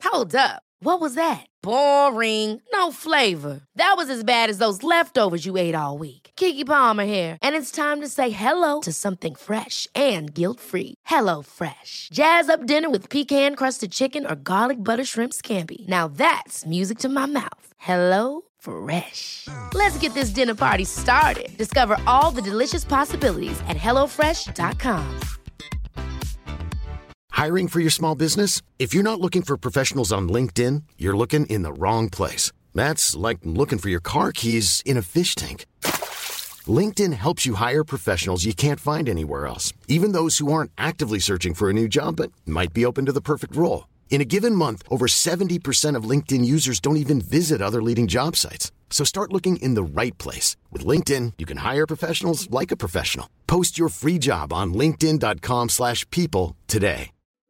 Hold up. What was that? Boring. No flavor. That was as bad as those leftovers you ate all week. Keke Palmer here, and it's time to say hello to something fresh and guilt-free. Hello Fresh. Jazz up dinner with pecan-crusted chicken or garlic butter shrimp scampi. Now that's music to my mouth. Hello Fresh. Let's get this dinner party started. Discover all the delicious possibilities at hellofresh.com. Hiring for your small business? If you're not looking for professionals on LinkedIn, you're looking in the wrong place. That's like looking for your car keys in a fish tank. LinkedIn helps you hire professionals you can't find anywhere else, even those who aren't actively searching for a new job but might be open to the perfect role. In a given month, over 70% of LinkedIn users don't even visit other leading job sites. So start looking in the right place. With LinkedIn, you can hire professionals like a professional. Post your free job on linkedin.com/people today.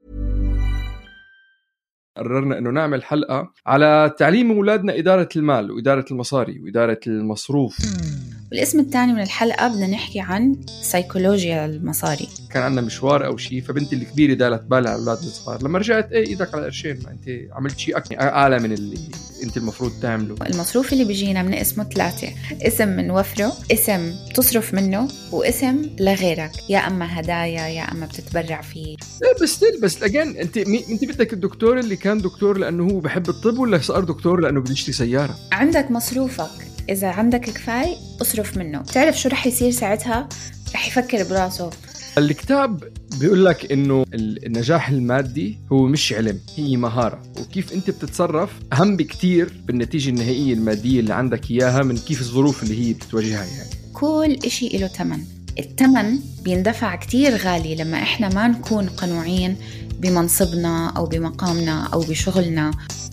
قررنا إنه نعمل حلقة على تعليم أولادنا إدارة المال وإدارة المصاري وإدارة المصروف. والاسم الثاني من الحلقة بدنا نحكي عن سيكولوجيا المصاري. كان عندنا مشوار أو شيء، فبنتي الكبيرة دالت بالها على أولادنا الصغار. لما رجعت إيدك على قرشين، ما أنت عملت شيء أعلى من اللي أنت المفروض تعمله. المصروف اللي بيجينا من اسمه 3: اسم منوفره، اسم تصرف منه، واسم لغيرك، يا أما هدايا يا أما بتتبرع فيه. بس أجان أنت بدك الدكتور اللي كان دكتور لأنه هو بحب الطب، ولا صار دكتور لأنه بده يشتري سيارة؟ عندك مصروفك، إذا عندك كفاية أصرف منه. تعرف شو رح يصير ساعتها؟ رح يفكر براسه. الكتاب بيقول لك إنه النجاح المادي هو مش علم، هي مهارة، وكيف أنت بتتصرف أهم بكتير بالنتيجة النهائية المادية اللي عندك إياها من كيف الظروف اللي هي بتواجهها. يعني كل إشي له تمن. التمن بيندفع كتير غالي لما إحنا ما نكون قنوعين بمنصبنا أو بمقامنا أو بشغلنا.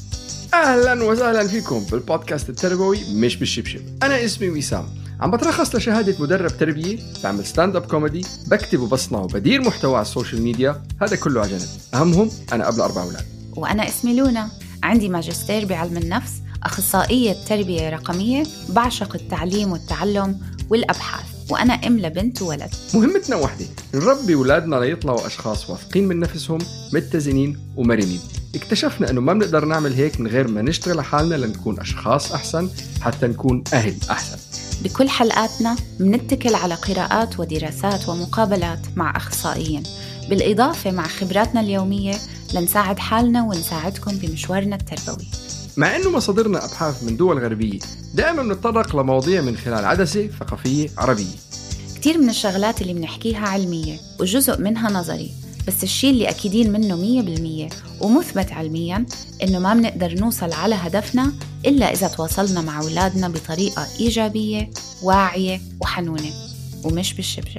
أهلا وسهلا فيكم بالبودكاست التربوي مش بالشبشب. أنا اسمي وسام، عم بترخص لشهادة مدرب تربية، بعمل ستاند اب كوميدي، بكتب وبصنع وبدير محتوى على السوشيال ميديا، هذا كله على جنب. أهمهم أنا قبل 4 أولاد. وأنا اسمي لونا، عندي ماجستير بعلم النفس، أخصائية تربية رقمية، بعشق التعليم والتعلم والأبحاث، وأنا أم لبنت وولد. مهمتنا واحدة، نربي أولادنا ليطلعوا أشخاص واثقين من نفسهم، متزنين ومرنين. اكتشفنا أنه ما بنقدر نعمل هيك من غير ما نشتغل على حالنا لنكون أشخاص أحسن، حتى نكون أهل أحسن. بكل حلقاتنا بنتكل على قراءات ودراسات ومقابلات مع أخصائيين، بالإضافة مع خبراتنا اليومية لنساعد حالنا ونساعدكم بمشوارنا التربوي. مع أنه مصادرنا أبحاث من دول غربية، دائما بنتطرق لمواضيع من خلال عدسة ثقافية عربية. كتير من الشغلات اللي بنحكيها علمية وجزء منها نظري، بس الشيء اللي أكيدين منه 100% ومثبت علمياً إنه ما بنقدر نوصل على هدفنا إلا إذا تواصلنا مع أولادنا بطريقة إيجابية واعية وحنونة، ومش بالشبشب.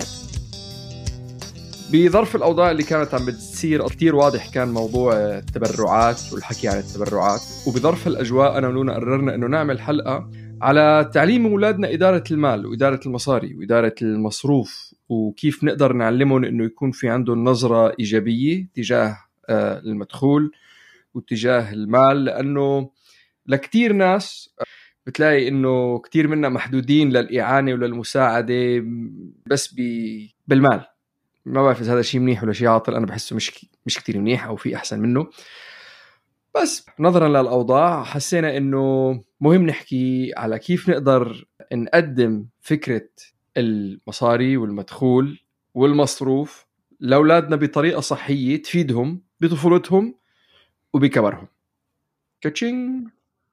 بظرف الأوضاع اللي كانت عم بتصير كتير واضح كان موضوع التبرعات والحكي عن التبرعات، وبظرف الأجواء أنا ولونا قررنا إنه نعمل حلقة على تعليم أولادنا إدارة المال وإدارة المصاري وإدارة المصروف، وكيف نقدر نعلمهم إنه يكون في عندهم نظرة إيجابية تجاه المدخول وتجاه المال. لأنه لكتير ناس بتلاقي إنه كتير منا محدودين للإعانة وللمساعدة بس بالمال. ما بعرف إذا هذا شيء منيح ولا شيء عاطل، أنا بحسه مش كتير منيح أو في أحسن منه، بس نظرا للأوضاع حسينا إنه مهم نحكي على كيف نقدر نقدم فكرة المصاري والمدخول والمصروف لأولادنا بطريقة صحية تفيدهم بطفولتهم وبكبرهم. كاتشينج.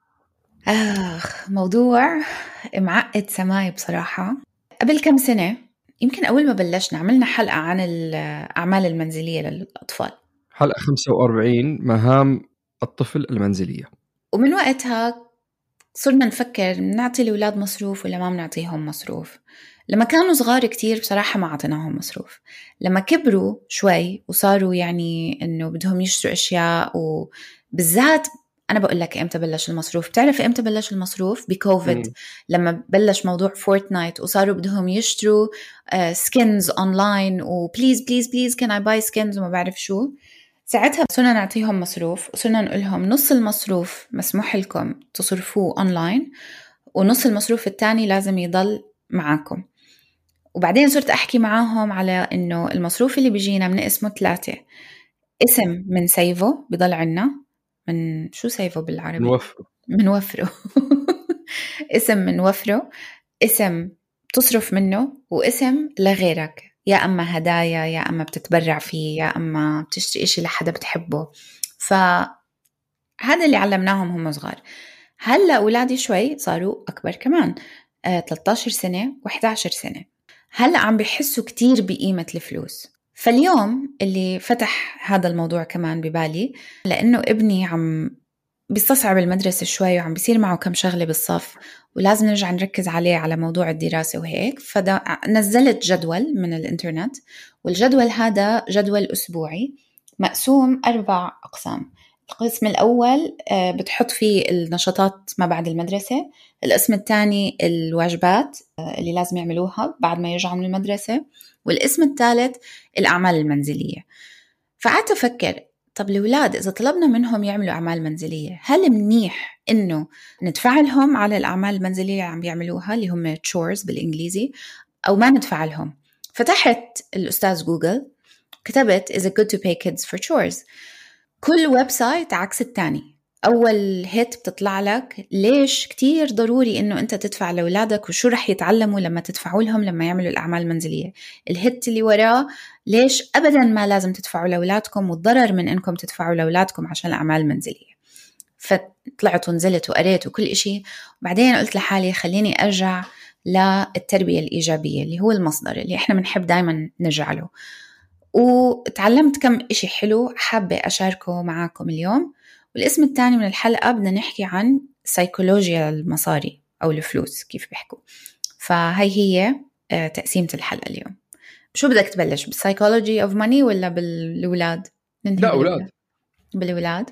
موضوع معقد سماي بصراحة. قبل كم سنة، يمكن أول ما بلشنا، عملنا حلقة عن الأعمال المنزلية للأطفال، حلقة 45 مهام الطفل المنزلية. ومن وقتها صرنا نفكر نعطي الأولاد مصروف ولا ما بنعطيهم مصروف. لما كانوا صغار كتير بصراحة ما عطيناهم مصروف. لما كبروا شوي وصاروا يعني إنه بدهم يشتروا أشياء، وبالذات أنا بقول لك إمتى بلش المصروف. بتعرف إمتى بلش المصروف؟ بكوفيد، لما بلش موضوع فورتنايت وصاروا بدهم يشتروا سكينز أونلاين، وبليز بليز بليز كان I buy skins وما بعرف شو. ساعتها صرنا نعطيهم مصروف، وصرنا نقول لهم نص المصروف مسموح لكم تصرفوه أونلاين، ونص المصروف الثاني لازم يضل معاكم. وبعدين صرت أحكي معاهم على إنه المصروف اللي بيجينا من اسمه 3: اسم من سيفو بيضل عنا، من شو سيفه بالعربي؟ منوفره اسم منوفره، اسم تصرف منه، واسم لغيرك، يا أما هدايا، يا أما بتتبرع فيه، يا أما بتشتري إشي لحدا بتحبه. فهذا اللي علمناهم هم صغار. هلأ أولادي شوي صاروا أكبر كمان، 13 سنة و11 سنة. هلأ عم بيحسوا كتير بقيمة الفلوس. فاليوم اللي فتح هذا الموضوع كمان ببالي، لأنه ابني عم بيستصعب المدرسة شوي وعم بيصير معه كم شغلة بالصف ولازم نرجع نركز عليه على موضوع الدراسة وهيك، فنزلت جدول من الإنترنت، والجدول هذا جدول أسبوعي مقسوم 4 أقسام. القسم الأول بتحط فيه النشاطات ما بعد المدرسة، القسم الثاني الواجبات اللي لازم يعملوها بعد ما يرجعوا من المدرسة، والقسم الثالث الأعمال المنزلية. فقعدت أفكر، طب الأولاد إذا طلبنا منهم يعملوا أعمال منزلية، هل منيح إنه ندفع لهم على الأعمال المنزلية اللي عم بيعملوها اللي هم chores بالإنجليزي، أو ما ندفع لهم؟ فتحت الأستاذ جوجل، كتبت is it good to pay kids for chores. كل ويب سايت عكس التاني. أول هيت بتطلع لك ليش كتير ضروري إنه أنت تدفع لأولادك وشو رح يتعلموا لما تدفعوا لهم لما يعملوا الأعمال المنزلية. الهيت اللي وراه ليش أبداً ما لازم تدفعوا لأولادكم والضرر من إنكم تدفعوا لأولادكم عشان الأعمال المنزلية. فطلعت ونزلت وقريت وكل إشي، وبعدين قلت لحالي خليني أرجع للتربية الإيجابية اللي هو المصدر اللي إحنا بنحب دايماً نرجع له. وتعلمت كم إشي حلو حابة أشاركه معاكم اليوم. والاسم الثاني من الحلقة بدنا نحكي عن سيكولوجيا المصاري أو الفلوس كيف بيحكوا. فهي تقسيمة الحلقة اليوم. شو بدك تبلش، بالسايكولوجي أوف ماني ولا بالولاد؟ لا أولاد. بالولاد.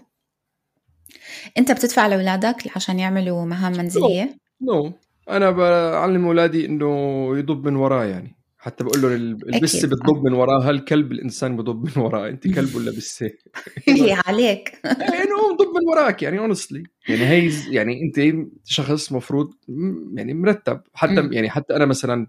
أنت بتدفع لأولادك عشان يعملوا مهام منزلية؟ نو. أنا بعلم أولادي إنه يضب من وراه، يعني حتى بقول له البسة بتضب من وراه، هالكلب الإنسان بضب من وراه، أنت كلب ولا بسة؟ هي عليك يعني ضب من وراك، يعني honestly، يعني هي يعني أنت شخص مفروض يعني مرتب. حتى يعني حتى أنا مثلا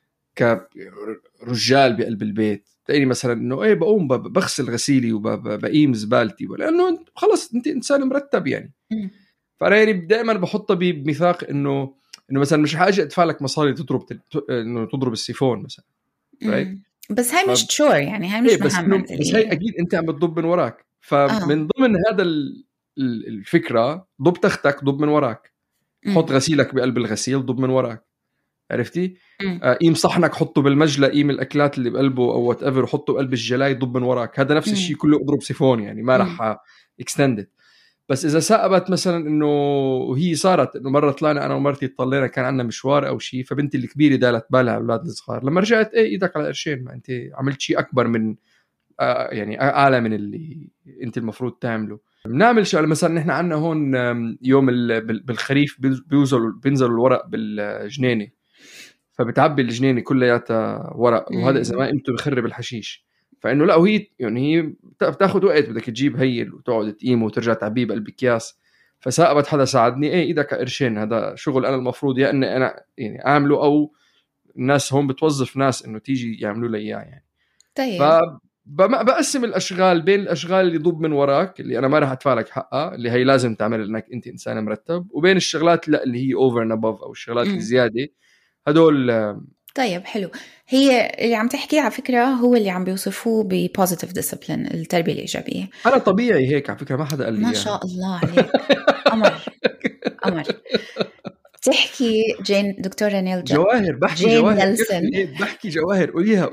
كرجال بقلب البيت تلاقيني مثلا إنه إيه بقوم بغسل غسيلي وبقيم زبالتي، لأنه خلص أنت إنسان مرتب يعني. فأنا يعني دائما بحطها بميثاق إنه مثلا مش حاجة أدفع لك مصاري تضرب السيفون مثلا. بس هاي مش تشور، يعني هاي مش مهام منزلية. بس هاي أكيد أنت عم بتضب من وراك. فمن ضمن هذا الفكرة، ضب تختك ضب من وراك، حط غسيلك بقلب الغسيل ضب من وراك، عرفتي؟ قيم صحنك حطه بالمجلة، قيم الأكلات اللي بقلبه أو whatever حطه بقلب الجلاي ضب من وراك. هذا نفس الشيء كله اضرب سيفون، يعني ما رح extended. بس إذا سأبت مثلا إنه وهي صارت إنه مرة طلعنا أنا ومرتي طلعنا كان عندنا مشوار أو شيء، فبنتي الكبيرة دالت بالها أولاد الصغار، لما رجعت إيه إيدك على قرشين، ما أنت عملت شيء أكبر من يعني أعلى من اللي أنت المفروض تعمله. بنعمل شغله مثلا نحن عندنا هون يوم بالخريف بينزلوا الورق بالجنينه، فبتعبي الجنينه كلياتها ورق، وهذا اذا ما قمته بخرب الحشيش. فانه لا، وهي يعني هي بتاخذ وقت، بدك تجيب هيل وتقعد تقيمه وترجع تعبيه بقلب اكياس. فساقبت حدا ساعدني، ايه ايدك قرشين، هذا شغل انا المفروض يا اني انا يعني اعمله، او الناس هون بتوظف ناس انه تيجي يعملوا لي اياه يعني. طيب بقسم الاشغال بين الاشغال اللي ضب من وراك اللي انا ما راح ادفع لك حقها، اللي هي لازم تعمل انك انت انسان مرتب، وبين الشغلات لا اللي هي اوفر اند ابوف او الشغلات الزياده هدول. طيب حلو. هي اللي عم تحكي على فكره هو اللي عم بيوصفوه ببوزيتيف ديسيبلين، التربيه الايجابيه. انا طبيعي هيك على فكره، ما حدا قال لي ما شاء الله عليك. قمر. تحكي جين دكتورة نيل جواهر، بحكي جين جواهر نيلسون. بحكي جواهر، قوليها.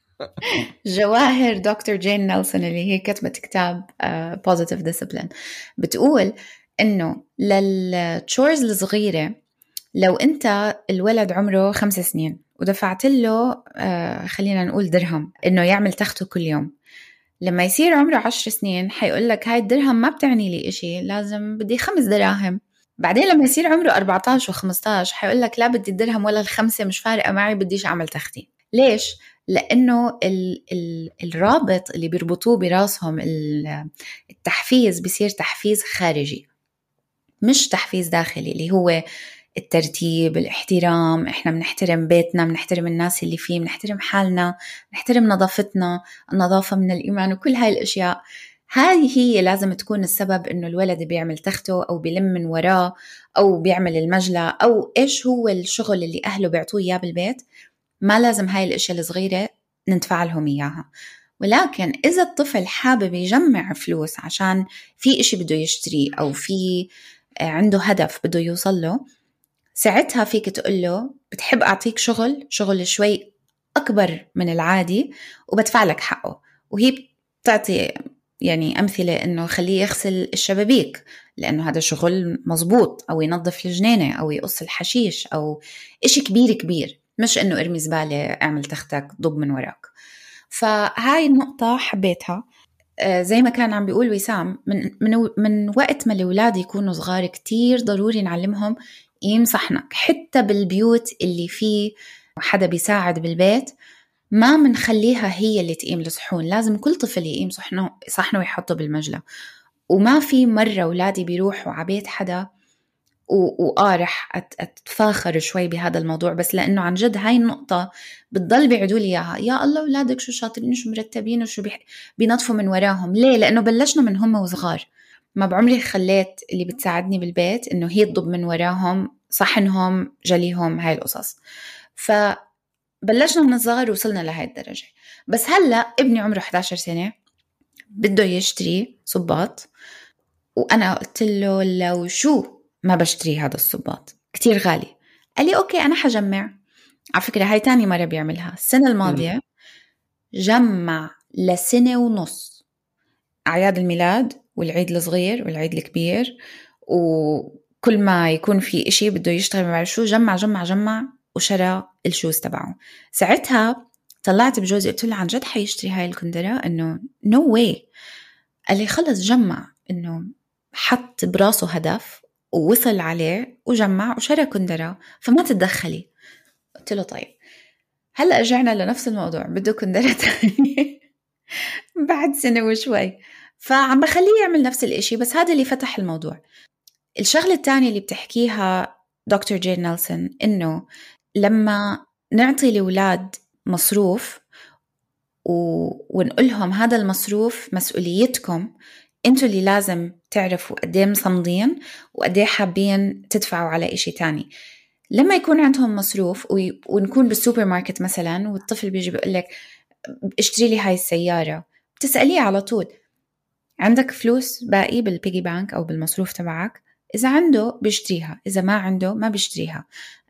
جواهر دكتور جين نيلسون اللي هي كتبت كتاب Positive Discipline، بتقول إنه للتشورز الصغيرة، لو أنت الولد عمره 5 سنين ودفعت له خلينا نقول درهم إنه يعمل تخته كل يوم، لما يصير عمره 10 سنين حيقول لك هاي الدرهم ما بتعني لي إشي، لازم بدي 5 دراهم. بعدين لما يصير عمره 14 و15 حيقول لك لا بدي الدرهم ولا ال5 مش فارقة معي، بديش أعمل تختي. ليش؟ لأنه الرابط اللي بيربطوه براسهم التحفيز بيصير تحفيز خارجي مش تحفيز داخلي، اللي هو الترتيب، الاحترام. احنا بنحترم بيتنا، بنحترم الناس اللي فيه، بنحترم حالنا، بنحترم نظافتنا، النظافة من الإيمان وكل هاي الأشياء. هاي هي لازم تكون السبب إنه الولد بيعمل تخته أو بيلم من وراه أو بيعمل المجلة أو إيش هو الشغل اللي أهله بيعطوه إياه بالبيت. ما لازم هاي الأشياء الصغيرة ندفع لهم إياها. ولكن إذا الطفل حابب يجمع فلوس عشان في إشي بده يشتريه أو في عنده هدف بده يوصل له، ساعتها فيك تقول له بتحب أعطيك شغل شوي أكبر من العادي وبدفع لك حقه. وهي بتعطي يعني أمثلة إنه خليه يغسل الشبابيك لأنه هذا شغل مزبوط، أو ينظف الجنينة، أو يقص الحشيش، أو إشي كبير، مش إنه ارمي زبالة، اعمل تختك، ضب من وراك. فهاي النقطة حبيتها. زي ما كان عم بيقول وسام، من وقت ما الأولاد يكونوا صغار كتير ضروري نعلمهم قيم صحنك. حتى بالبيوت اللي فيه حدا بيساعد بالبيت ما منخليها هي اللي تقيم الصحون، لازم كل طفل يقيم صحنه ويحطه بالمجلة. وما في مرة أولادي بيروحوا عبيت حدا رح أتفاخر شوي بهذا الموضوع، بس لأنه عن جد هاي النقطة بتضل بيعدوا لي إياها، يا الله أولادك شو شاطرين وشو مرتبين وشو بينظفوا من وراهم. ليه؟ لأنه بلشنا من هم وصغار. ما بعمري خليت اللي بتساعدني بالبيت إنه هي تضب من وراهم صحنهم جليهم هاي القصص. فبلشنا من الصغر وصلنا لهاي الدرجة. بس هلأ ابني عمره 11 سنة بده يشتري صباط، وأنا قلت له لو شو ما بشتري هذا الصباط كتير غالي. قال لي أوكي أنا حجمع. على فكرة هاي تاني مرة بيعملها. السنة الماضية جمع لسنة ونص، أعياد الميلاد والعيد الصغير والعيد الكبير، وكل ما يكون في إشي بده يشتغل ما بعرف شو جمع وشرى الشوز تبعه. ساعتها طلعت بجوزي قلت له عن جد حيشتري هاي الكندرة؟ إنه no way. قال لي خلص جمع، إنه حط براسه هدف ووصل عليه وجمع وشرى كندرة، فما تتدخلي. قلت له طيب. هلأ رجعنا لنفس الموضوع، بده كندرة تانية بعد سنة وشوي، فعم بخليه يعمل نفس الاشي. بس هذا اللي فتح الموضوع. الشغلة الثانية اللي بتحكيها دكتور جين نيلسون إنه لما نعطي الأولاد مصروف ونقولهم هذا المصروف مسؤوليتكم، انتوا اللي لازم تعرفوا قديه مصمدين وقديه حابين تدفعوا على إشي تاني. لما يكون عندهم مصروف ونكون بالسوبر ماركت مثلا والطفل بيجي بيقولك اشتري لي هاي السيارة، بتسأليه على طول عندك فلوس باقي بالبيجي بانك أو بالمصروف تبعك؟ إذا عنده بيشتريها، إذا ما عنده ما بيشتريها.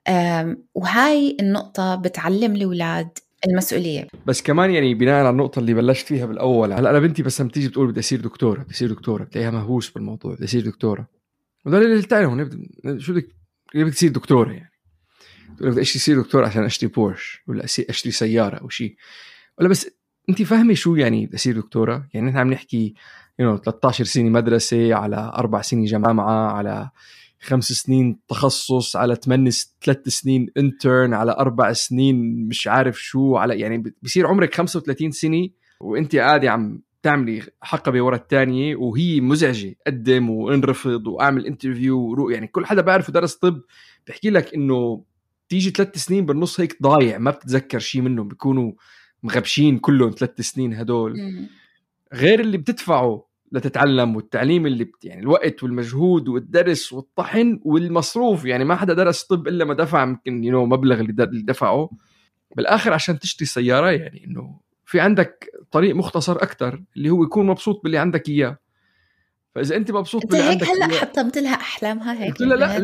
وهاي النقطة بتعلم الأولاد المسؤولية. بس كمان يعني بناء على النقطة اللي بلشت فيها بالأول، هلا أنا بنتي بس لما تيجي بتقول بدي أصير دكتورة بتلاقيها مهووس بالموضوع، بدي أصير دكتورة. وده اللي تعلمه شو بدك تصير دكتورة؟ يعني تقول بدي أصير دكتورة عشان أشتري بورش ولا أشتري سيارة أو شيء، ولا بس أنت فاهمة شو يعني بدي أصير دكتورة؟ يعني نحن عم نحكي 13 سنة مدرسة، على 4 سنين جامعة، على 5 سنين تخصص، على 3 سنين انترن، على 4 سنين مش عارف شو، على يعني بصير عمرك 35 سنة وانت قاعدة عم تعملي حقبة ورا الثانية، وهي مزعجة. قدم وانرفض واعمل انترفيو، يعني كل حدا بعرف درس طب بحكي لك انه تيجي 3 سنين بالنص هيك ضايع، ما بتتذكر شيء منهم، بيكونوا مغبشين كلهم 3 سنين هدول. غير اللي بتدفعه لتتعلم، والتعليم اللي يعني الوقت والمجهود والدرس والطحن والمصروف. يعني ما حدا درس طب إلا ما دفع يمكن مبلغ اللي دفعه بالآخر عشان تشتري سيارة. يعني إنه في عندك طريق مختصر أكتر اللي هو يكون مبسوط باللي عندك إياه. فإذا أنت مبسوط باللي عندك هيك هلأ حطمت لها أحلامها هيك. قلت لا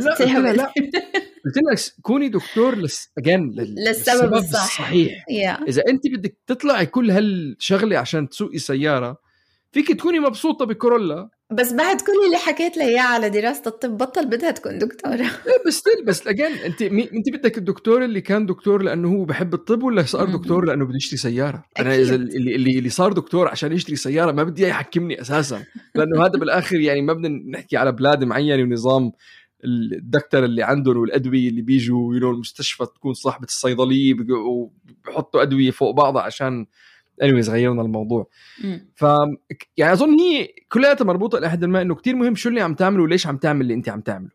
قلت لك كوني دكتور للسبب الصحيح. إذا أنت بدك تطلعي كل هالشغلة عشان تسوقي سيارة، فيك تكوني مبسوطة بكورولا. بس بعد كل اللي حكيت لي إياه على دراسة الطب بطل بدها تكون دكتورة. بس أنت بدك الدكتور اللي كان دكتور لأنه هو بحب الطب، ولا صار دكتور لأنه بده يشتري سيارة؟ أنا إذا اللي صار دكتور عشان يشتري سيارة ما بدي يحكمني أساسا، لأنه هذا بالآخر يعني ما بدنا نحكي على بلاد معينة ونظام الدكتور اللي عندهم والأدوية اللي بيجوا المستشفى تكون صاحبة الصيدلية وبيحطوا أدوية فوق بعضها عشان anyways غيرنا الموضوع. يعني أظن هي كلها مربوطة لأحد ما إنه كتير مهم شو اللي عم تعمله وليش عم تعمل اللي أنت عم تعمله.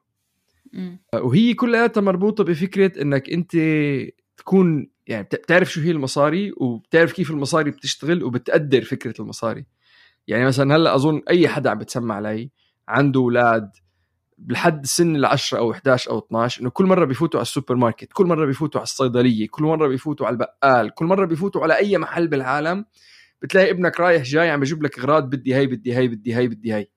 وهي كلها مربوطة بفكرة إنك أنت تكون يعني بتعرف شو هي المصاري، وبتعرف كيف المصاري بتشتغل، وبتقدر فكرة المصاري. يعني مثلا هلا اظن اي حدا عم بتسمع علي عنده اولاد لحد سن 10 او 11 او 12 انه كل مره بيفوتوا على السوبر ماركت، كل مره بيفوتوا على الصيدليه، كل مره بيفوتوا على البقال، كل مره بيفوتوا على اي محل بالعالم بتلاقي ابنك رايح جاي عم بيجيب لك اغراض بدي هاي بدي هاي بدي هاي بدي هاي.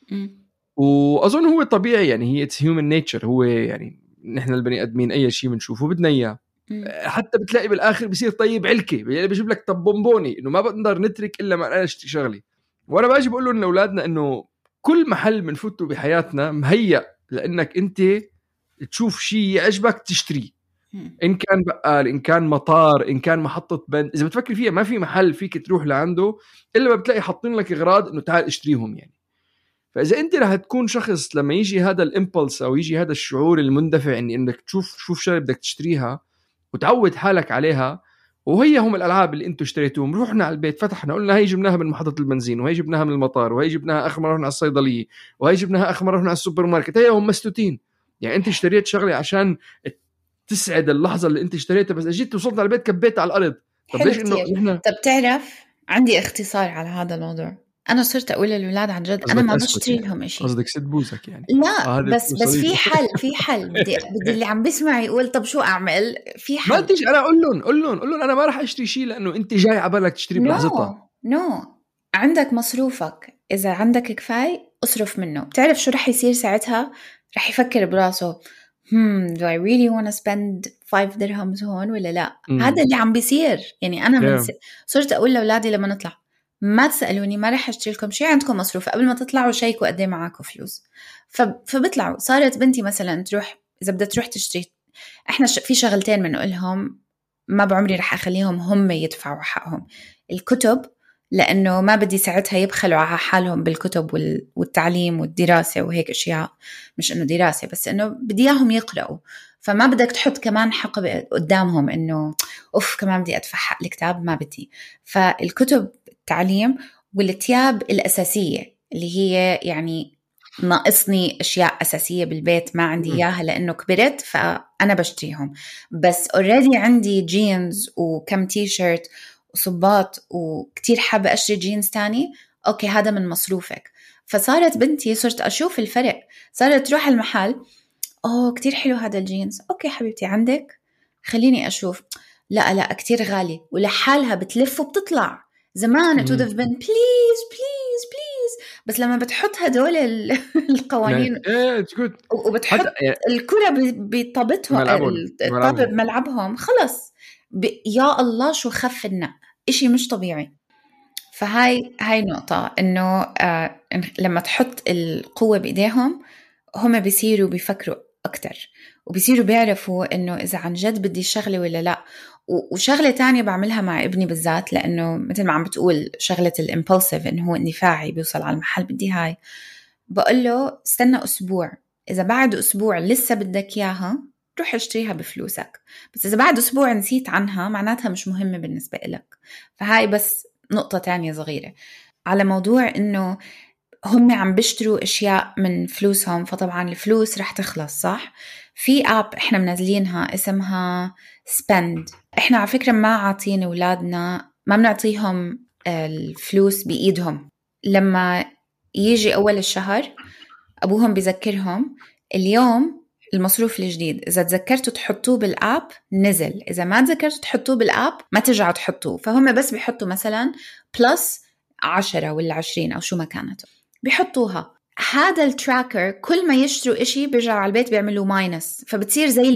واظن هو طبيعي، يعني هي اتس هيومن نيتشر، هو يعني نحن البني ادمين اي شيء بنشوفه بدنا اياه. حتى بتلاقي بالاخر بصير طيب علكه، يعني بيجيب لك طب بونبوني انه ما بقدر نترك الا ما انا اشتري شغلي. وانا باجي بقول لهم لاولادنا انه كل محل بنفوته بحياتنا مهيأ لانك انت تشوف شيء يعجبك تشتريه، ان كان بقال، ان كان مطار، ان كان محطه بنز. اذا بتفكر فيها ما في محل فيك تروح لعنده الا ما بتلاقي حاطين لك اغراض انه تعال اشتريهم يعني. فاذا انت رح تكون شخص لما يجي هذا الامبلس او يجي هذا الشعور المندفع انك تشوف شغله بدك تشتريها وتعود حالك عليها، وهي هم الالعاب اللي انتم اشتريتوهم، رحنا على البيت فتحنا قلنا هي جبناها من محطه البنزين، وهي جبناها من المطار، وهي جبناها اخر مره رحنا على الصيدليه، وهي جبناها اخر مره رحنا على السوبر ماركت، هي هم مستوتين. يعني انت اشتريت شغله عشان تسعد اللحظه اللي انت اشتريتها، بس اجيت وصلت على البيت كبيت على الارض. طب ليش انه احنا؟ طب تعرف عندي اختصار على هذا الموضوع. انا صرت اقول للاولاد عن جد انا ما بشتري لهم شيء. قصدك سد بوزك يعني؟ لا بس في حل بدي اللي عم بسمع يقول طب شو اعمل؟ في حل. ما تيجي انا اقول لهم انا ما راح اشتري شيء لانه انت جاي على بالك تشتري بلحظتها. عندك مصروفك، اذا عندك كفايه اصرف منه. بتعرف شو رح يصير ساعتها؟ رح يفكر براسه do I really want to spend 5 درهمز هون ولا لا؟ هذا اللي عم بيصير. يعني انا صرت اقول لاولادي لما نطلع ما تسألوني، ما رح أشتري لكم شيء، عندكم مصروف قبل ما تطلعوا شيكوا قد ايه معاكم فلوس. فبطلعوا. صارت بنتي مثلا تروح، إذا بدها تروح تشتري، إحنا في شغلتين بنقولهم ما بعمري رح أخليهم هم يدفعوا حقهم: الكتب، لأنه ما بدي ساعتها يبخلوا على حالهم بالكتب والتعليم والدراسة وهيك أشياء. مش إنه دراسة بس إنه بدي إياهم يقرأوا، فما بدك تحط كمان حقب قدامهم إنه أوف كمان بدي أدفع حق الكتاب، ما بدي. فالكتب التعليم، والثياب الأساسية اللي هي يعني ناقصني أشياء أساسية بالبيت ما عندي إياها لأنه كبرت فأنا بشتريهم، بس already عندي جينز وكم تي شيرت وصباط وكتير حابة أشتري جينز تاني، أوكي هذا من مصروفك. فصارت بنتي صرت أشوف الفرق، صارت تروح المحل كتير حلو هذا الجينز، أوكي حبيبتي عندك، خليني أشوف، لا كتير غالي، ولحالها بتلف وبتطلع. زمان it would have been please بس لما بتحط هدول القوانين وبتحط الكرة بطابتهم الطابة بملعبهم خلص يا الله شو خف النق، إشي مش طبيعي. فهاي نقطة إنه لما تحط القوة بإيديهم هم بيصيروا بيفكروا أكتر، وبيصيروا بيعرفوا إنه إذا عن جد بدي الشغلة ولا لا. وشغلة تانية بعملها مع ابني بالذات، لأنه مثل ما عم بتقول شغلة الإمبولسيف إنه هو اندفاعي بيوصل على المحل بدي هاي، بقول له استنى أسبوع، إذا بعد أسبوع لسه بدك إياها روح اشتريها بفلوسك، بس إذا بعد أسبوع نسيت عنها معناتها مش مهمة بالنسبة لك. فهاي بس نقطة تانية صغيرة على موضوع إنه هم عم بيشتروا أشياء من فلوسهم، فطبعا الفلوس رح تخلص صح. في آب إحنا منزلينها اسمها سبند. إحنا على فكرة ما عاطين أولادنا، ما بنعطيهم الفلوس بإيدهم، لما يجي أول الشهر أبوهم بيذكرهم اليوم المصروف الجديد، إذا تذكرتوا تحطوه بالآب نزل، إذا ما تذكرتوا تحطوه بالآب ما ترجعوا تحطوه. فهم بس بيحطوا مثلا بلس 10 ولا 20 أو شو ما كانت بيحطوها. هذا التراكر كل ما يشتروا إشي بيرجعوا على البيت بيعملوا ماينس، فبتصير زي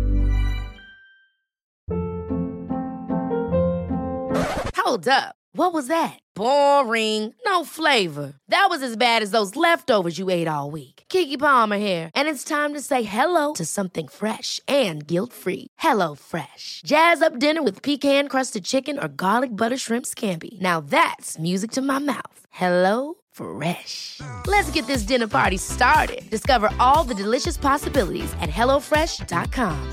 Hold up. What was that? Boring. No flavor. That was as bad as those leftovers you ate all week. Keke Palmer here, and it's time to say hello to something fresh and guilt-free. Hello Fresh. Jazz up dinner with pecan-crusted chicken or garlic butter shrimp scampi. Now that's music to my mouth. Hello Fresh. Let's get this dinner party started. Discover all the delicious possibilities at HelloFresh.com.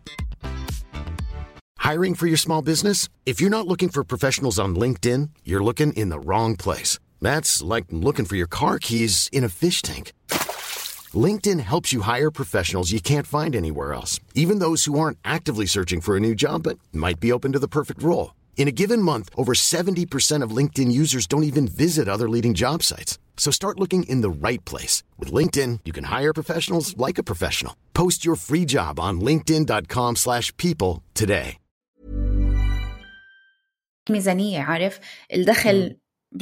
Hiring for your small business? If you're not looking for professionals on LinkedIn, you're looking in the wrong place. That's like looking for your car keys in a fish tank. LinkedIn helps you hire professionals you can't find anywhere else, even those who aren't actively searching for a new job but might be open to the perfect role. In a given month, over 70% of LinkedIn users don't even visit other leading job sites. So start looking in the right place. With LinkedIn, you can hire professionals like a professional. Post your free job on linkedin.com/people today. ميزانية، عارف الدخل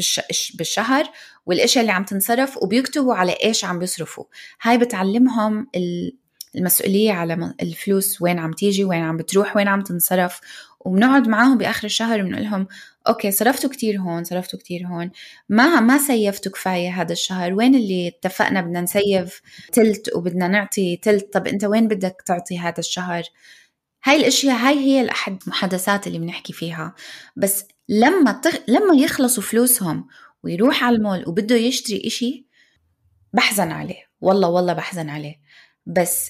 بالشهر والاشياء اللي عم تنصرف، وبيكتبوا على ايش عم بيصرفوا. هاي بتعلمهم المسؤولية على الفلوس، وين عم تيجي، وين عم بتروح، وين عم تنصرف. وبنقعد معاهم بآخر الشهر بنقول لهم اوكي صرفتوا كتير هون، صرفتوا كتير هون، ما سيفتوا كفاية هذا الشهر، وين اللي اتفقنا بدنا نسيف تلت وبدنا نعطي تلت، طب انت وين بدك تعطي هذا الشهر؟ هاي الاشياء هاي هي الأحد محادثات اللي بنحكي فيها. بس لما يخلصوا فلوسهم ويروح على المول وبده يشتري اشي، بحزن عليه، والله بحزن عليه. بس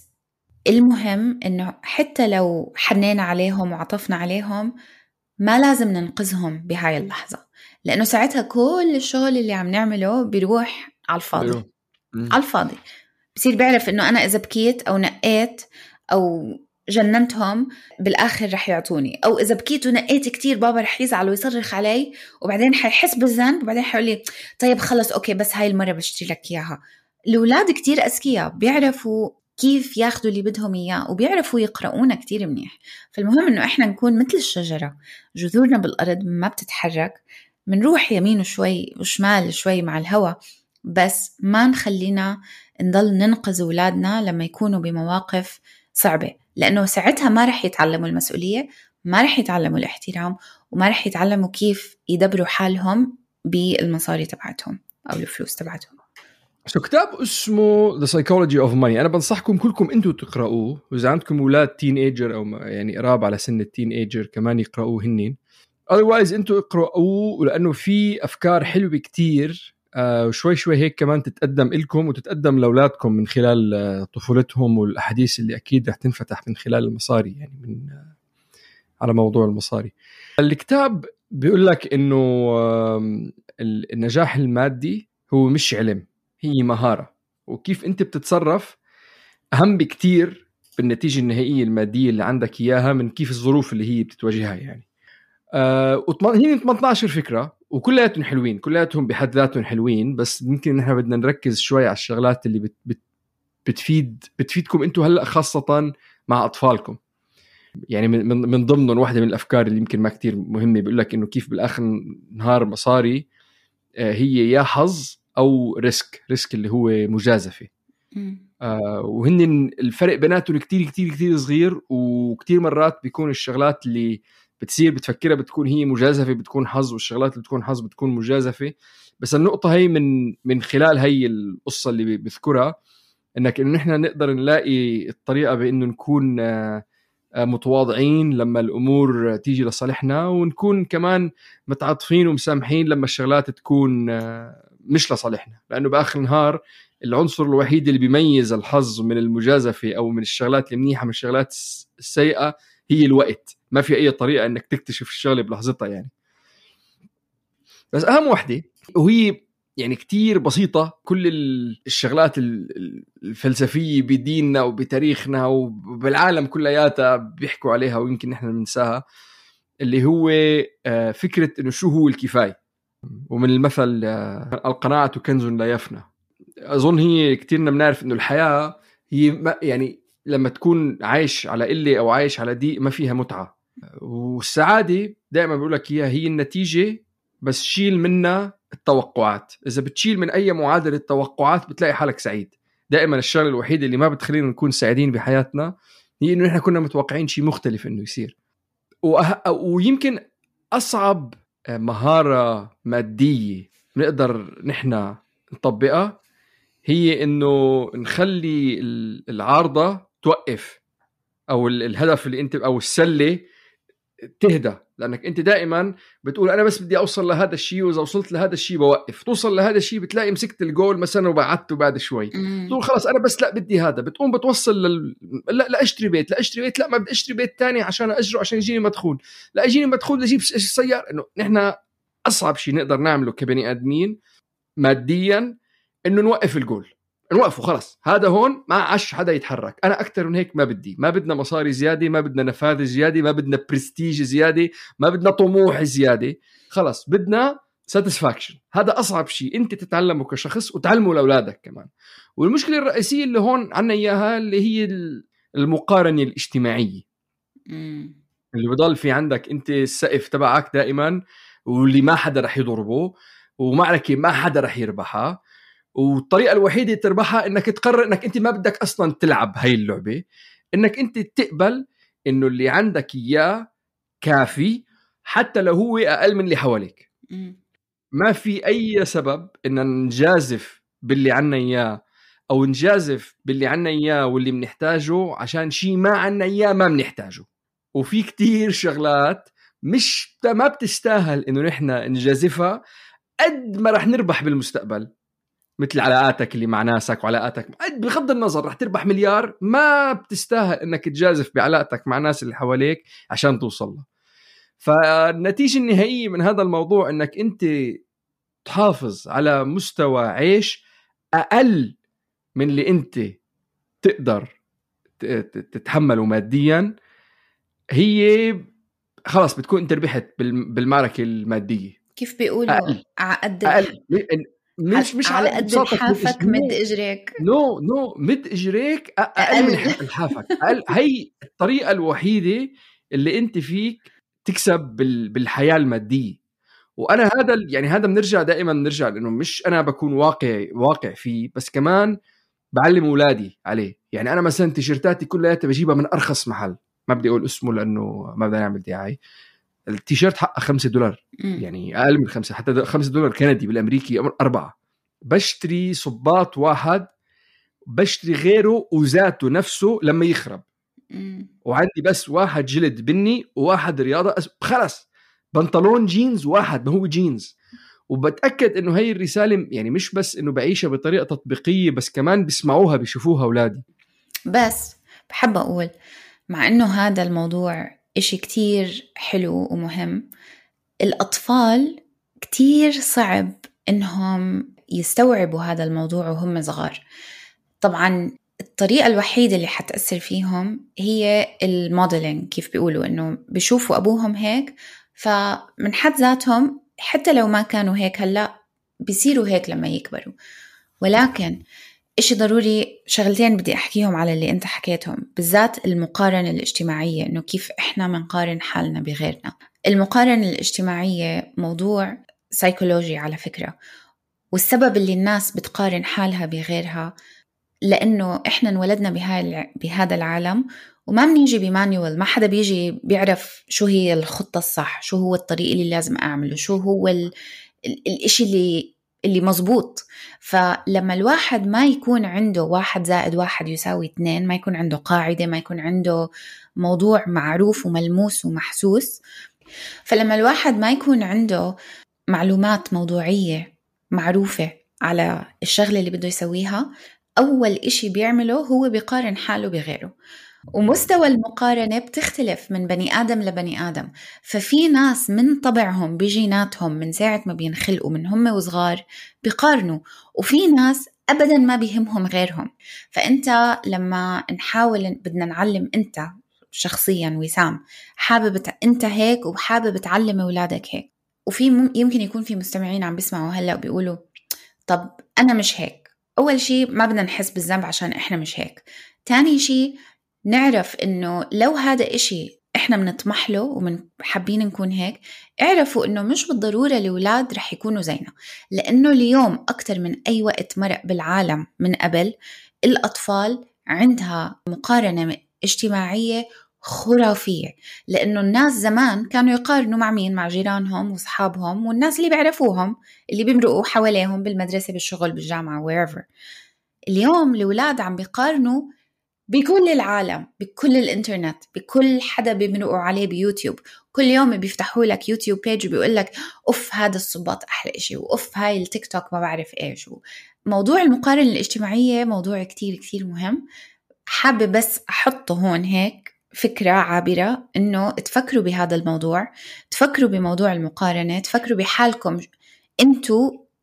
المهم انه حتى لو حنينا عليهم وعطفنا عليهم، ما لازم ننقذهم بهاي اللحظة، لانه ساعتها كل الشغل اللي عم نعمله بيروح على الفاضي. على الفاضي. بصير بيعرف انه انا اذا بكيت او نقيت او جننتهم بالاخر رح يعطوني، او اذا بكيت ونقيت كتير بابا رح يزعل ويصرخ علي، وبعدين حيحس بالذنب، وبعدين حيقول لي طيب خلص اوكي بس هاي المرة بشتري لك اياها. الاولاد كتير اذكياء، بيعرفوا كيف ياخدوا اللي بدهم اياه، وبيعرفوا يقرؤونا كتير منيح. فالمهم انه احنا نكون مثل الشجرة، جذورنا بالارض ما بتتحرك، منروح يمين شوي وشمال شوي مع الهواء، بس ما نخلينا نضل ننقذ أولادنا لما يكونوا بمواقف صعبة، لأنه ساعتها ما رح يتعلموا المسؤولية، ما رح يتعلموا الاحترام، وما رح يتعلموا كيف يدبروا حالهم بالمصاري تبعتهم أو الفلوس تبعتهم. كتاب اسمه The Psychology of Money، أنا بنصحكم كلكم أنتوا تقرأوه، وإذا عندكم أولاد تين ايجر أو يعني قراب على سن التين ايجر كمان يقرأوه هنين. otherwise أنتوا اقرأوه، لأنه في أفكار حلوة كتير وشوي شوي هيك كمان تتقدم لكم وتتقدم لأولادكم من خلال طفولتهم، والأحاديث اللي أكيد رح تنفتح من خلال المصاري، يعني من على موضوع المصاري. الكتاب بيقول لك إنه النجاح المادي هو مش علم، هي مهارة، وكيف أنت بتتصرف أهم بكتير بالنتيجة النهائية المادية اللي عندك إياها من كيف الظروف اللي هي بتتواجهها. يعني هي 18 فكرة وكلياتهم حلوين، كلياتهم بحد ذاتهم حلوين، بس يمكن نحن بدنا نركز شوي على الشغلات اللي بتفيدكم انتم هلأ خاصة مع أطفالكم. يعني من ضمنهم واحدة من الأفكار اللي يمكن ما كتير مهمة، بيقول لك إنه كيف بالآخر نهار مصاري هي يا حظ أو ريسك اللي هو مجازفة. وهن الفرق بيناتهم كتير كتير كتير صغير، وكتير مرات بيكون الشغلات اللي بتصير بتفكرها بتكون هي مجازفة بتكون حظ، والشغلات اللي بتكون حظ بتكون مجازفة. بس النقطة هي من خلال هي القصة اللي بذكرها، إنه نحن نقدر نلاقي الطريقة بإنه نكون متواضعين لما الأمور تيجي لصالحنا، ونكون كمان متعاطفين ومسامحين لما الشغلات تكون مش لصالحنا، لأنه بآخر النهار العنصر الوحيد اللي بيميز الحظ من المجازفة أو من الشغلات المنيحة من الشغلات السيئة هي الوقت. ما في أي طريقة أنك تكتشف الشغلة بلحظتها يعني. بس أهم وحدة وهي يعني كتير بسيطة، كل الشغلات الفلسفية بديننا وبتاريخنا وبالعالم كلياتها بيحكوا عليها ويمكن نحن ننساها، اللي هو فكرة إنه شو هو الكفاية. ومن المثل القناعة كنز لا يفنى. أظن هي كتيرنا بنعرف إنه الحياة هي يعني لما تكون عايش على قلة أو عايش على ضيق ما فيها متعة. والسعادة دائما بقولك هي النتيجة، بس شيل منها التوقعات. إذا بتشيل من أي معادلة توقعات بتلاقي حالك سعيد. دائما الشغله الوحيده اللي ما بتخلينا نكون سعيدين بحياتنا هي انه احنا كنا متوقعين شيء مختلف انه يصير. ويمكن اصعب مهاره ماديه نقدر نحن نطبقها هي انه نخلي العارضه توقف، او الهدف اللي انت او السله تهدى، لانك انت دائما بتقول انا بس بدي اوصل لهذا الشيء، واذا وصلت لهذا الشيء بوقف. توصل لهذا الشيء بتلاقي مسكت الجول مثلا وبعدته بعد شوي، تقول خلاص انا بس لا بدي هذا، بتقوم بتوصل لا اشتري بيت، لا ما بدي اشتري بيت تاني عشان اجره عشان يجيني مدخول، لا يجيني مدخول اجيب سيارة. انه نحن اصعب شيء نقدر نعمله كبني ادمين ماديا انه نوقف الجول، نوقفه خلص، هذا هون ما عاش حدا يتحرك، أنا أكتر من هيك ما بدي، ما بدنا مصاري زيادة، ما بدنا نفاذ زيادة، ما بدنا برستيج زيادة، ما بدنا طموح زيادة، خلص بدنا satisfaction. هذا أصعب شيء أنت تتعلمه كشخص وتعلمه لأولادك كمان. والمشكلة الرئيسية اللي هون عنا إياها اللي هي المقارنة الاجتماعية، اللي بضل في عندك أنت السقف تبعك دائما، واللي ما حدا رح يضربه، ومعركة ما حدا رح يربحها، والطريقة الوحيدة تربحها إنك تقرر إنك أنت ما بدك أصلا تلعب هاي اللعبة، إنك أنت تقبل إنه اللي عندك إياه كافي حتى لو هو أقل من اللي حواليك. ما في أي سبب إن نجازف باللي عنا إياه أو نجازف باللي عنا إياه واللي منحتاجه عشان شيء ما عنا إياه ما منحتاجه. وفي كتير شغلات ما بتستاهل إنه نحن نجازفها قد ما رح نربح بالمستقبل، مثل علاقاتك اللي مع ناسك وعلاقاتك بغض النظر رح تربح مليار، ما بتستاهل إنك تجازف بعلاقتك مع ناس اللي حواليك عشان توصل له. فالنتيجة النهائية من هذا الموضوع إنك أنت تحافظ على مستوى عيش أقل من اللي أنت تقدر تتحمله ماديا، هي خلاص بتكون أنت ربحت بالمعركة المادية. كيف بيقولوا عقد مش على قد لحافك مد اجريك. نو مد اجريك اقل من لحافك. هي الطريقه الوحيده اللي انت فيك تكسب بالحياه الماديه. وانا هذا يعني هذا دائما بنرجع لانه مش انا بكون واقع فيه، بس كمان بعلم اولادي عليه. يعني انا مثلا تيشيرتاتي كلها بجيبها من ارخص محل، ما بدي اقول اسمه لانه ما بدنا نعمل دعايه. التيشيرت حقه $5، يعني اقل من 5، حتى $5 كندي، بالامريكي 4. بشتري صباط واحد، بشتري غيره وذاته نفسه لما يخرب، وعندي بس واحد جلد بني وواحد رياضة، خلص بنطلون جينز واحد ما هو جينز. وبتأكد انه هاي الرسالة يعني مش بس انه بعيشها بطريقة تطبيقية، بس كمان بيسمعوها بيشوفوها أولادي. بس بحب أقول مع انه هذا الموضوع إشي كتير حلو ومهم، الأطفال كتير صعب إنهم يستوعبوا هذا الموضوع وهم صغار. طبعاً الطريقة الوحيدة اللي حتأثر فيهم هي الموديلينج، كيف بيقولوا إنه بيشوفوا أبوهم هيك، فمن حد ذاتهم حتى لو ما كانوا هيك هلأ بيصيروا هيك لما يكبروا. ولكن إشي ضروري، شغلتين بدي أحكيهم على اللي أنت حكيتهم، بالذات المقارنة الاجتماعية، إنه كيف إحنا منقارن حالنا بغيرنا. المقارنة الاجتماعية موضوع سيكولوجي على فكرة، والسبب اللي الناس بتقارن حالها بغيرها لأنه إحنا انولدنا بهذا العالم وما بنيجي بمانيوال، ما حدا بيجي بيعرف شو هي الخطة الصح، شو هو الطريق اللي لازم أعمله، شو هو الإشي اللي مزبوط. فلما الواحد ما يكون عنده 1+1=2، ما يكون عنده قاعدة، ما يكون عنده موضوع معروف وملموس ومحسوس، فلما الواحد ما يكون عنده معلومات موضوعية معروفة على الشغلة اللي بده يسويها، أول إشي بيعمله هو بيقارن حاله بغيره. ومستوى المقارنة بتختلف من بني آدم لبني آدم. ففي ناس من طبعهم بجيناتهم من ساعة ما بينخلقوا من هم وصغار بيقارنوا، وفي ناس أبدا ما بيهمهم غيرهم. فأنت لما نحاول بدنا نعلم، أنت شخصيا وسام حابب أنت هيك وحابب تعلم أولادك هيك، وفي يمكن يكون في مستمعين عم بيسمعوا هلأ وبيقولوا طب أنا مش هيك. أول شيء ما بدنا نحس بالذنب عشان إحنا مش هيك. تاني شيء نعرف إنه لو هذا إشي إحنا بنطمح له ومن حابين نكون هيك، اعرفوا إنه مش بالضرورة الأولاد رح يكونوا زينا، لأنه اليوم أكتر من أي وقت مرق بالعالم من قبل الأطفال عندها مقارنة اجتماعية خرافية، لأنه الناس زمان كانوا يقارنوا مع مين؟ مع جيرانهم وصحابهم والناس اللي بيعرفوهم اللي بيمرقوا حواليهم بالمدرسة بالشغل بالجامعة wherever. اليوم الأولاد عم بيقارنوا بكل العالم، بكل الانترنت، بكل حدا بيمرقوا عليه بيوتيوب. كل يوم بيفتحوا لك يوتيوب بيج وبيقول لك أوف هذا الصباط أحلى إشي، وأوف هاي التيك توك ما بعرف إيش. موضوع المقارنة الاجتماعية موضوع كتير كتير مهم. حابة بس أحطه هون هيك فكرة عابرة، إنه تفكروا بهذا الموضوع، تفكروا بموضوع المقارنة، تفكروا بحالكم أنتوا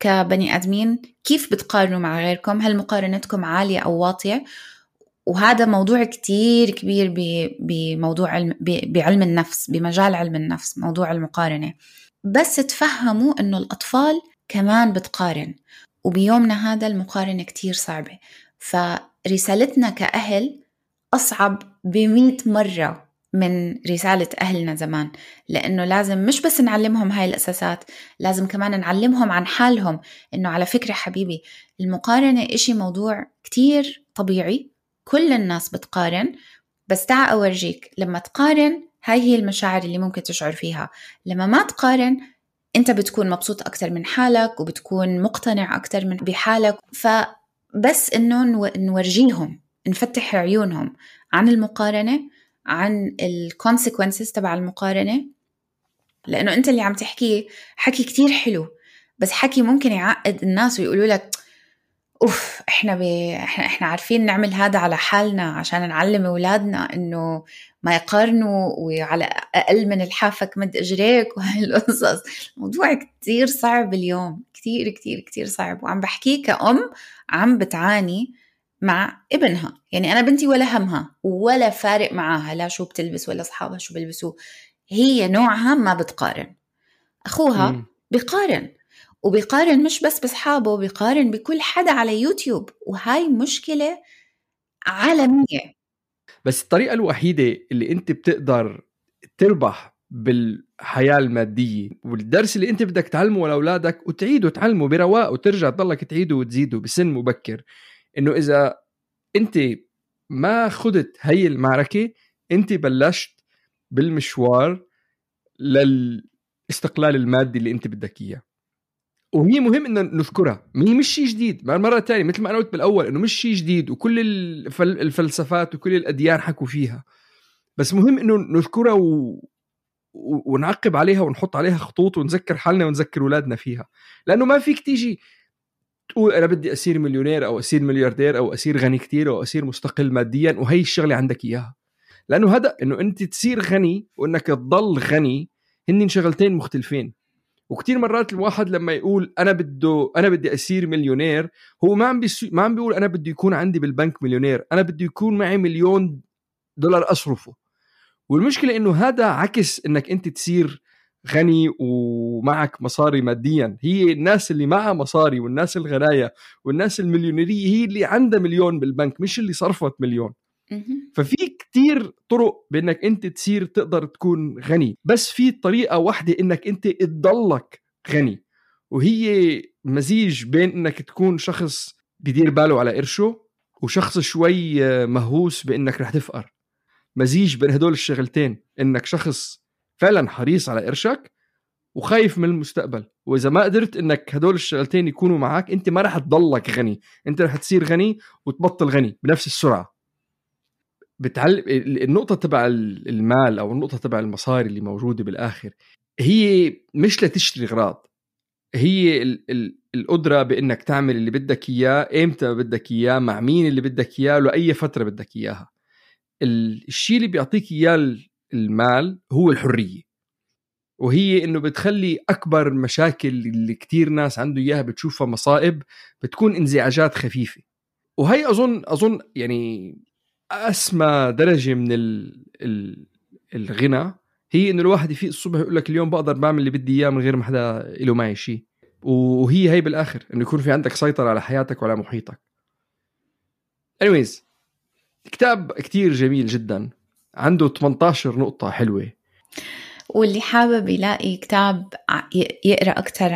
كبني آدمين كيف بتقارنوا مع غيركم، هل مقارنتكم عالية أو واطية. وهذا موضوع كتير كبير بموضوع بعلم النفس، بمجال علم النفس، موضوع المقارنة. بس تفهموا إنه الأطفال كمان بتقارن، وبيومنا هذا المقارنة كتير صعبة. فرسالتنا كأهل أصعب ب100 مرة من رسالة أهلنا زمان، لأنه لازم مش بس نعلمهم هاي الأساسات، لازم كمان نعلمهم عن حالهم. إنه على فكرة حبيبي، المقارنة إشي موضوع كتير طبيعي، كل الناس بتقارن، بس تعال أورجيك لما تقارن هاي هي المشاعر اللي ممكن تشعر فيها. لما ما تقارن أنت بتكون مبسوط أكتر من حالك، وبتكون مقتنع أكتر من بحالك. فبس إنه نورجيهم، نفتح عيونهم عن المقارنة، عن الكونسيكونسز تبع المقارنة. لأنه أنت اللي عم تحكيه حكي كتير حلو، بس حكي ممكن يعقد الناس ويقولوا لك أوف، إحنا عارفين نعمل هذا على حالنا عشان نعلم أولادنا إنه ما يقارنوا، وعلى أقل من الحافك مد إجريك وهاي القصص. موضوع كتير صعب اليوم، كتير كتير كتير صعب. وعم بحكيه كأم عم بتعاني مع ابنها. يعني أنا بنتي ولا همها ولا فارق معاها لا شو بتلبس ولا أصحابها شو بيلبسوا، هي نوعها ما بتقارن. أخوها بيقارن، وبيقارن مش بس بأصحابه، بيقارن بكل حدا على يوتيوب، وهاي مشكلة عالمية. بس الطريقة الوحيدة اللي انت بتقدر تربح بالحياة المادية، والدرس اللي انت بدك تعلمه لأولادك وتعيده تعلمه برواق، وترجع تضلك تعيده وتزيده بسن مبكر، انه اذا انت ما خدت هاي المعركة، انت بلشت بالمشوار للاستقلال المادي اللي انت بدك اياه. وهي مهم ان نذكرها، هي مش شيء جديد. مرة تانية مثل ما انا قلت بالاول انه مش شيء جديد، وكل الفلسفات وكل الاديان حكوا فيها، بس مهم انه نذكرها ونعقب عليها ونحط عليها خطوط، ونذكر حالنا ونذكر اولادنا فيها. لانه ما فيك تيجي تقول انا بدي اصير مليونير او اصير ملياردير او اصير غني كتير او اصير مستقل ماديا وهي الشغله عندك اياها. لانه هذا انه انت تصير غني وانك تضل غني هن شغلتين مختلفين. وكتير مرات الواحد لما يقول انا بدي اصير مليونير، هو ما عم بيقول انا بدي يكون عندي بالبنك مليونير، انا بدي يكون معي $1,000,000 اصرفه. والمشكله انه هذا عكس انك انت تصير غني ومعك مصاري ماديا. هي الناس اللي معها مصاري والناس الغناية والناس المليونيرية هي اللي عندها $1,000,000 بالبنك، مش اللي صرفت $1,000,000. ففي كتير طرق بانك انت تصير تقدر تكون غني، بس في طريقة واحدة انك انت تضلك غني، وهي مزيج بين انك تكون شخص بدير باله على قرشه وشخص شوي مهووس بانك رح تفقر. مزيج بين هدول الشغلتين، انك شخص فعلا حريص على قرشك وخايف من المستقبل. واذا ما قدرت انك هدول الشغلتين يكونوا معك، انت ما رح تضلك غني، انت رح تصير غني وتبطل غني بنفس السرعة. النقطة تبع المال او النقطة تبع المصاري اللي موجودة بالاخر هي مش لتشتري اغراض، هي القدرة بانك تعمل اللي بدك اياه امتى بدك اياه مع مين اللي بدك اياه لاي فترة بدك اياها. الشيء اللي بيعطيك اياه المال هو الحرية، وهي انه بتخلي اكبر مشاكل اللي كتير ناس عنده اياها بتشوفها مصائب بتكون انزعاجات خفيفة. وهي اظن يعني اسمى درجة من الغنى هي انه الواحد يفيق الصبح يقول لك اليوم بقدر بعمل اللي بدي اياه من غير ما حدا له معي شيء. وهي بالاخر انه يكون في عندك سيطرة على حياتك وعلى محيطك. anyways، كتاب كتير جميل جدا، عنده 18 نقطة حلوة. واللي حابب يلاقي كتاب يقرأ أكتر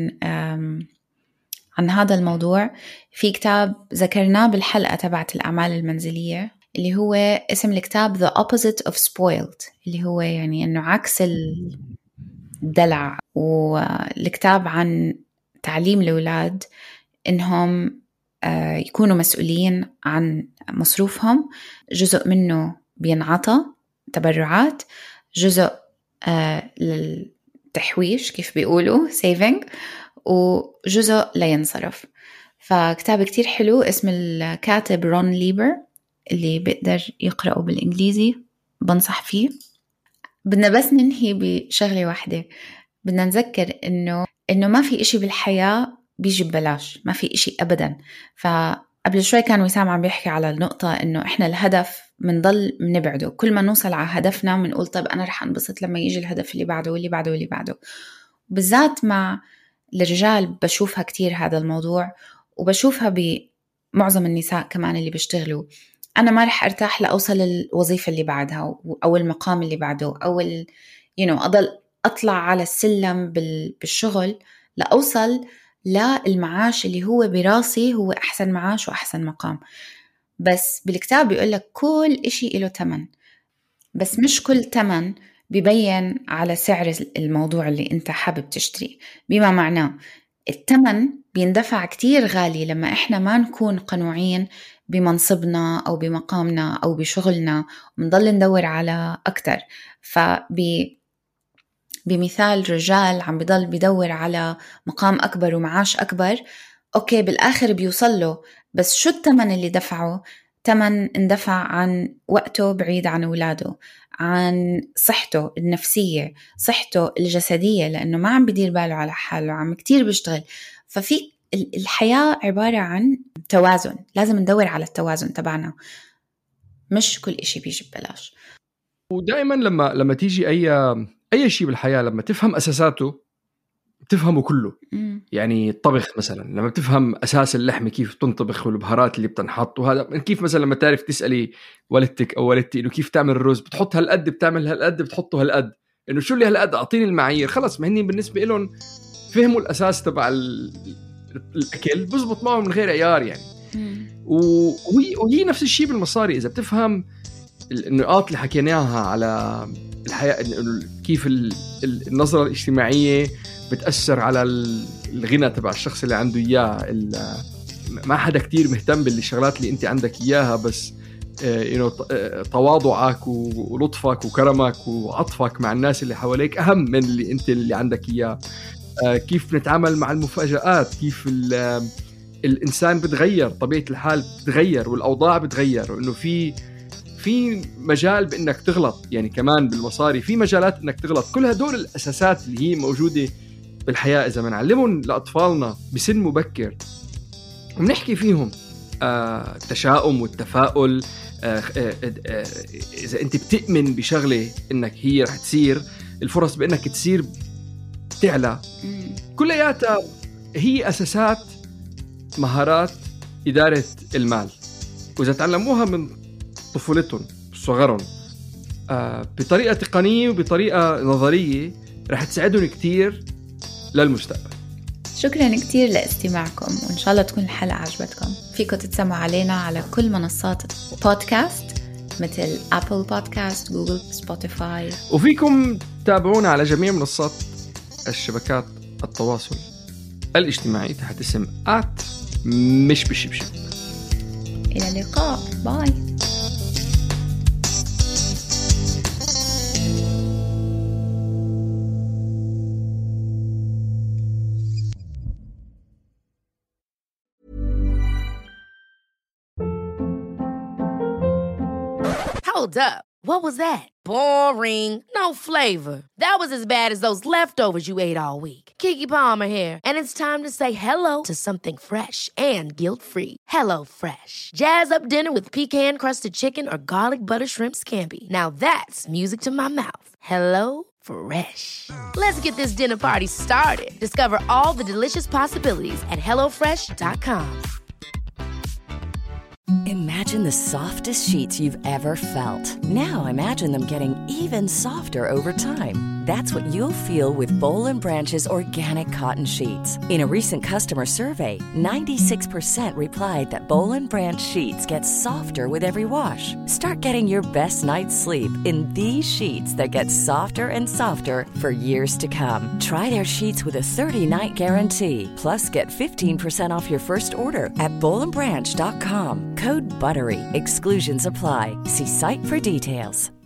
عن هذا الموضوع، في كتاب ذكرناه بالحلقة تبعت الأعمال المنزلية اللي هو اسم الكتاب The Opposite of Spoiled، اللي هو يعني أنه عكس الدلع. والكتاب عن تعليم الأولاد إنهم يكونوا مسؤولين عن مصروفهم، جزء منه بينعطى تبرعات، جزء للتحويش كيف بيقولوا saving، وجزء لا ينصرف. فكتاب كتير حلو، اسم الكاتب رون ليبر، اللي بيقدر يقرأه بالإنجليزي بنصح فيه. بدنا بس ننهي بشغلة واحدة، بدنا نذكر إنه ما في إشي بالحياة بيجي ببلاش، ما في إشي أبدا. فقبل شوي كان وسام عم بيحكي على النقطة إنه إحنا الهدف منضل منبعده، كل ما نوصل على هدفنا منقول طيب أنا رح أنبسط لما يجي الهدف اللي بعده واللي بعده واللي بعده. بالذات مع الرجال بشوفها كتير هذا الموضوع، وبشوفها بمعظم النساء كمان اللي بيشتغلوا. أنا ما رح أرتاح لأوصل الوظيفة اللي بعدها أو المقام اللي بعده أو أضل أطلع على السلم بالشغل لأوصل للمعاش اللي هو براسي هو أحسن معاش وأحسن مقام. بس بالكتاب بيقولك كل إشي له تمن، بس مش كل تمن بيبين على سعر الموضوع اللي أنت حابب تشتري. بما معناه التمن بيندفع كتير غالي لما إحنا ما نكون قنوعين بمنصبنا أو بمقامنا أو بشغلنا ونضل ندور على أكتر. بمثال رجال عم بيضل بيدور على مقام أكبر ومعاش أكبر، أوكي بالآخر بيوصله، بس شو التمن اللي دفعه؟ تمن اندفع عن وقته بعيد عن أولاده، عن صحته النفسية، صحته الجسدية، لأنه ما عم بدير باله على حاله، عم كتير بيشتغل. ففي الحياة عبارة عن توازن، لازم ندور على التوازن تبعنا، مش كل إشي بيجي ببلاش. ودائما لما تيجي أي شيء بالحياة لما تفهم أساساته بتفهمه كله. يعني الطبخ مثلا لما بتفهم أساس اللحمة كيف تنطبخ والبهارات اللي بتنحط، وهذا كيف مثلا لما تعرف تسألي والدتك أو والدتي إنه كيف تعمل الرز، بتحط هالقد، بتعمل هالقد، بتحطه هالقد، إنه شو اللي هالقد، أعطيني المعايير، خلص ما هني بالنسبة لهم فهموا الأساس تبع الأكل، بزبط معهم من غير عيار يعني. وهي نفس الشيء بالمصاري، إذا بتفهم النقاط اللي حكيناها على الحياة، كيف النظرة الاجتماعية بتأثر على الغنى تبع الشخص اللي عنده إياه. ما حدا كتير مهتم بالشغلات اللي أنت عندك إياها، بس تواضعك ولطفك وكرمك وعطفك مع الناس اللي حواليك أهم من اللي أنت اللي عندك إياه. كيف نتعامل مع المفاجآت، كيف الإنسان بتغير، طبيعة الحال بتغير والأوضاع بتغير، وإنه في مجال بإنك تغلط، يعني كمان بالمصاري في مجالات إنك تغلط. كل هدول الأساسات اللي هي موجودة بالحياة إذا ما نعلمهم لأطفالنا بسن مبكر ونحكي فيهم التشاؤم والتفاؤل. إذا أنت بتؤمن بشغلة إنك هي رح تصير، الفرص بإنك تصير تعلى. كلياتها هي أساسات مهارات إدارة المال، وإذا تعلموها من طفولتهم صغرهم بطريقة تقنية وبطريقة نظرية رح تساعدهم كتير للمستقبل. شكرا كتير لاستماعكم، وإن شاء الله تكون الحلقة عجبتكم. فيكم تتسمعوا علينا على كل منصات بودكاست مثل أبل بودكاست، جوجل، سبوتيفاي، وفيكم تابعونا على جميع منصات الشبكات التواصل الاجتماعي تحت اسم مش بشبشب. إلى اللقاء، باي. Hold up. What was that? Boring. No flavor. That was as bad as those leftovers you ate all week. Keke Palmer here, and it's time to say hello to something fresh and guilt-free. Hello Fresh. Jazz up dinner with pecan-crusted chicken or garlic butter shrimp scampi. Now that's music to my mouth. Hello Fresh. Let's get this dinner party started. Discover all the delicious possibilities at HelloFresh.com. Imagine the softest sheets you've ever felt. Now imagine them getting even softer over time. That's what you'll feel with Boll & Branch's organic cotton sheets. In a recent customer survey, 96% replied that Boll & Branch sheets get softer with every wash. Start getting your best night's sleep in these sheets that get softer and softer for years to come. Try their sheets with a 30-night guarantee. Plus, get 15% off your first order at bollandbranch.com. Code BUTTERY. Exclusions apply. See site for details.